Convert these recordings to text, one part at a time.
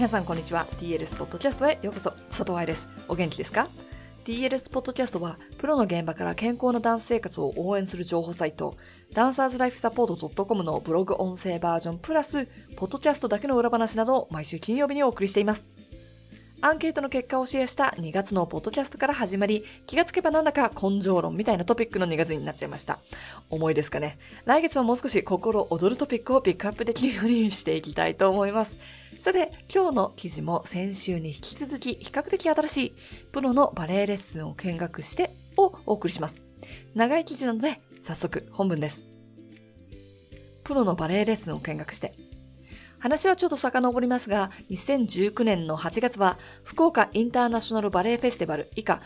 さんこんにちは。 TLS ポッドキャストへようこそ。佐藤愛です。お元気ですか？ TLS ポッドキャストはプロの現場から健康なダンス生活を応援する情報サイトダンサーズライフサポート .com のブログ音声バージョンプラスポッドキャストだけの裏話などを毎週金曜日にお送りしています。アンケートの結果をシェアした2月のポッドキャストから始まり、気がつけばなんだか根性論みたいなトピックの2月になっちゃいました。重いですかね。来月はもう少し心躍るトピックをピックアップできるようにしていきたいと思います。さて、今日の記事も先週に引き続き比較的新しいプロのバレエレッスンを見学してをお送りします。長い記事なので早速本文です。プロのバレエレッスンを見学して。話はちょっと遡りますが、2019年の8月は福岡インターナショナルバレエフェスティバル以下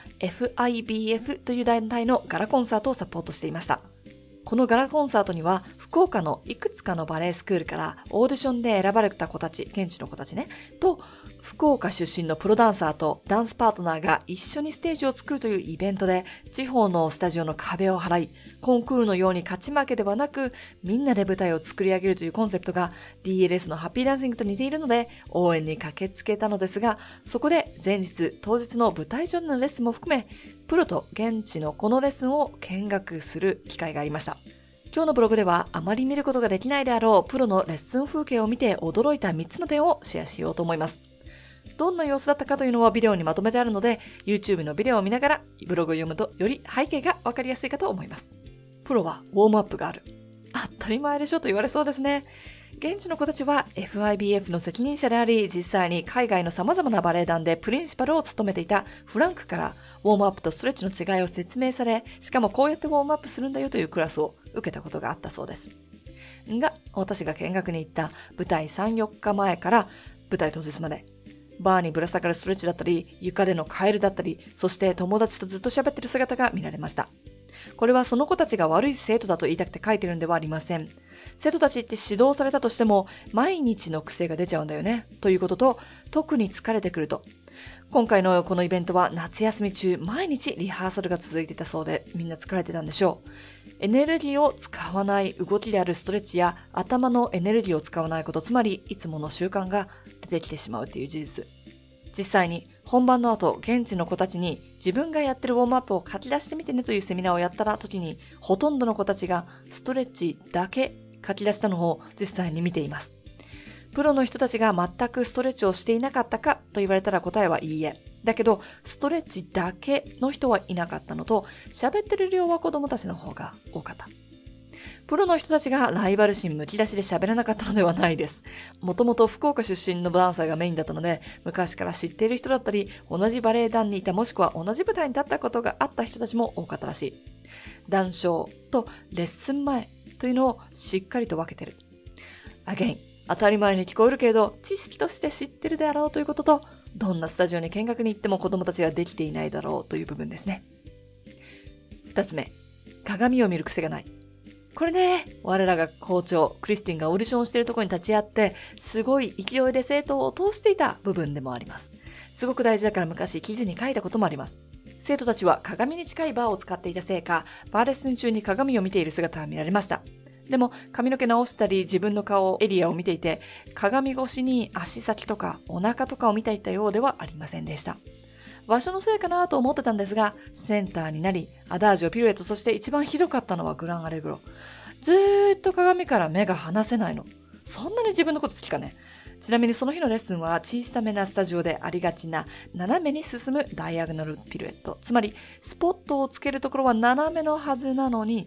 FIBF という団体のガラコンサートをサポートしていました。このガラコンサートには福岡のいくつかのバレエスクールからオーディションで選ばれた子たち、現地の子たちね、と福岡出身のプロダンサーとダンスパートナーが一緒にステージを作るというイベントで、地方のスタジオの壁を払い、コンクールのように勝ち負けではなく、みんなで舞台を作り上げるというコンセプトが DLS のハッピーダンシングと似ているので、応援に駆けつけたのですが、そこで前日、当日の舞台上でのレッスンも含め、プロと現地のこのレッスンを見学する機会がありました。今日のブログではあまり見ることができないであろうプロのレッスン風景を見て驚いた3つの点をシェアしようと思います。どんな様子だったかというのはビデオにまとめてあるので、YouTube のビデオを見ながらブログを読むとより背景がわかりやすいかと思います。プロはウォームアップがある。当たり前でしょと言われそうですね。現地の子たちは FIBF の責任者であり、実際に海外の様々なバレエ団でプリンシパルを務めていたフランクからウォームアップとストレッチの違いを説明され、しかもこうやってウォームアップするんだよというクラスを受けたことがあったそうです。が、私が見学に行った舞台3、4日前から舞台当日まで、バーにぶら下がるストレッチだったり、床でのカエルだったり、そして友達とずっと喋ってる姿が見られました。これはその子たちが悪い生徒だと言いたくて書いてるんではありません。生徒たちって指導されたとしても毎日の癖が出ちゃうんだよねということと、特に疲れてくると。今回のこのイベントは夏休み中毎日リハーサルが続いていたそうで、みんな疲れてたんでしょう。エネルギーを使わない動きであるストレッチや頭のエネルギーを使わないこと、つまりいつもの習慣が出てきてしまうという事実。実際に本番の後、現地の子たちに自分がやってるウォームアップを書き出してみてねというセミナーをやった時に、ほとんどの子たちがストレッチだけ書き出したのを実際に見ています。プロの人たちが全くストレッチをしていなかったかと言われたら答えはいいえ。だけど、ストレッチだけの人はいなかったのと、喋ってる量は子供たちの方が多かった。プロの人たちがライバル心むき出しで喋らなかったのではないです。もともと福岡出身のダンサーがメインだったので、昔から知っている人だったり、同じバレエ団にいたもしくは同じ舞台に立ったことがあった人たちも多かったらしい。談笑とレッスン前というのをしっかりと分けてる。Again、当たり前に聞こえるけれど、知識として知ってるであろうということと、どんなスタジオに見学に行っても子供たちができていないだろうという部分ですね。二つ目、鏡を見る癖がない。これね、我らが校長、クリスティンがオーディションをしているところに立ち会って、すごい勢いで生徒を通していた部分でもあります。すごく大事だから昔記事に書いたこともあります。生徒たちは鏡に近いバーを使っていたせいか、バーレッスン中に鏡を見ている姿が見られました。でも髪の毛直したり自分の顔エリアを見ていて、鏡越しに足先とかお腹とかを見ていたようではありませんでした。場所のせいかなと思ってたんですが、センターになり、アダージョ、ピルエット、そして一番ひどかったのはグランアレグロ。ずーっと鏡から目が離せないの。そんなに自分のこと好きかね。ちなみにその日のレッスンは小さめなスタジオでありがちな斜めに進むダイアグナルピルエット。つまり、スポットをつけるところは斜めのはずなのに、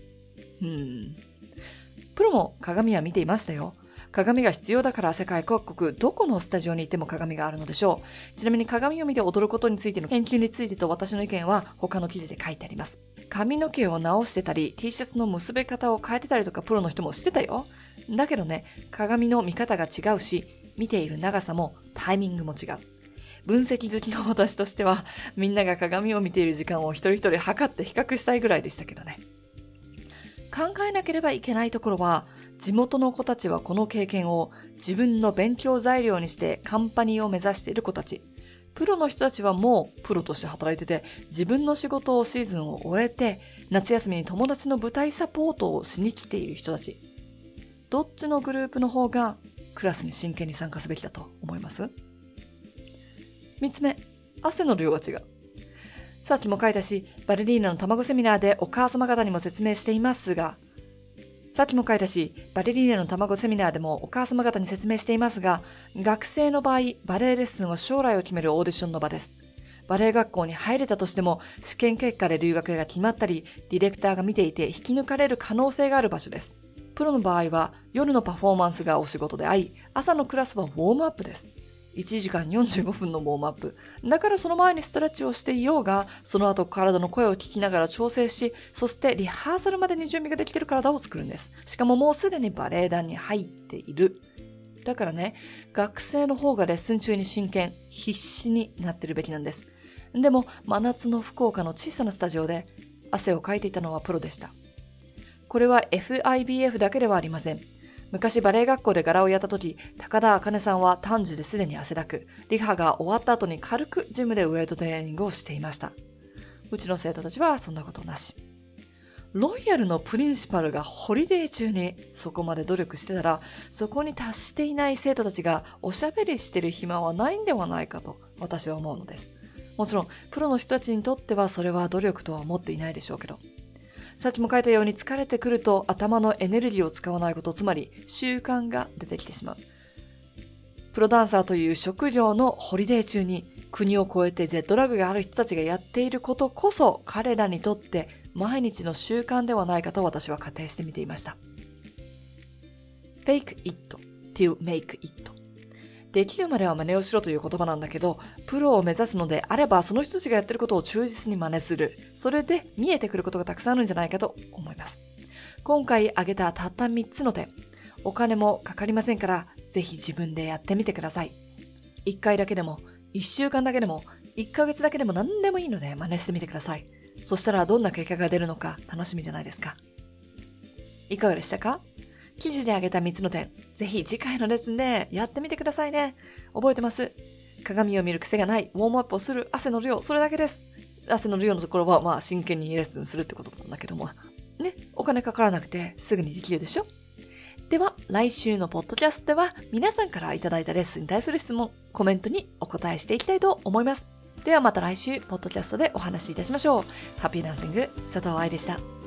プロも鏡は見ていましたよ。鏡が必要だから世界各国どこのスタジオに行っても鏡があるのでしょう。ちなみに鏡を見て踊ることについての研究についてと私の意見は他の記事で書いてあります。髪の毛を直してたり T シャツの結べ方を変えてたりとかプロの人もしてたよ。だけどね、鏡の見方が違うし、見ている長さもタイミングも違う。分析好きの私としてはみんなが鏡を見ている時間を一人一人測って比較したいぐらいでしたけどね。考えなければいけないところは、地元の子たちはこの経験を自分の勉強材料にしてカンパニーを目指している子たち。プロの人たちはもうプロとして働いてて、自分の仕事をシーズンを終えて、夏休みに友達の舞台サポートをしに来ている人たち。どっちのグループの方がクラスに真剣に参加すべきだと思います？ 3 つ目、汗の量が違う。さっきも書いたし、バレリーナの卵セミナーでお母様方にも説明していますが、学生の場合、バレエレッスンは将来を決めるオーディションの場です。バレエ学校に入れたとしても、試験結果で留学が決まったり、ディレクターが見ていて引き抜かれる可能性がある場所です。プロの場合は、夜のパフォーマンスがお仕事であり、朝のクラスはウォームアップです。1時間45分のウォームアップ。だからその前にストレッチをしていようが、その後体の声を聞きながら調整し、そしてリハーサルまでに準備ができている体を作るんです。しかももうすでにバレエ団に入っている。だからね、学生の方がレッスン中に真剣、必死になってるべきなんです。でも、真夏の福岡の小さなスタジオで、汗をかいていたのはプロでした。これは FIBF だけではありません。昔バレエ学校で柄をやった時、高田茜さんは短時ですでに汗だく、リハが終わった後に軽くジムでウエイトトレーニングをしていました。うちの生徒たちはそんなことなし。ロイヤルのプリンシパルがホリデー中にそこまで努力してたら、そこに達していない生徒たちがおしゃべりしてる暇はないんではないかと私は思うのです。もちろん、プロの人たちにとってはそれは努力とは思っていないでしょうけど。さっきも書いたように疲れてくると頭のエネルギーを使わないこと、つまり習慣が出てきてしまう。プロダンサーという職業のホリデー中に国を越えてジェットラグがある人たちがやっていることこそ彼らにとって毎日の習慣ではないかと私は仮定して見ていました。Fake it till make it。できるまでは真似をしろという言葉なんだけど、プロを目指すのであればその人たちがやってることを忠実に真似する。それで見えてくることがたくさんあるんじゃないかと思います。今回挙げたたった3つの点、お金もかかりませんから、ぜひ自分でやってみてください。1回だけでも、1週間だけでも、1ヶ月だけでも何でもいいので真似してみてください。そしたらどんな結果が出るのか楽しみじゃないですか。いかがでしたか？記事で挙げた3つの点、ぜひ次回のレッスンでやってみてくださいね。覚えてます？鏡を見る癖がない、ウォームアップをする、汗の量、それだけです。汗の量のところは真剣にレッスンするってことなんだけども。ね、お金かからなくてすぐにできるでしょ？では、来週のポッドキャストでは皆さんからいただいたレッスンに対する質問、コメントにお答えしていきたいと思います。ではまた来週、ポッドキャストでお話しいたしましょう。ハッピーダンシング、佐藤愛でした。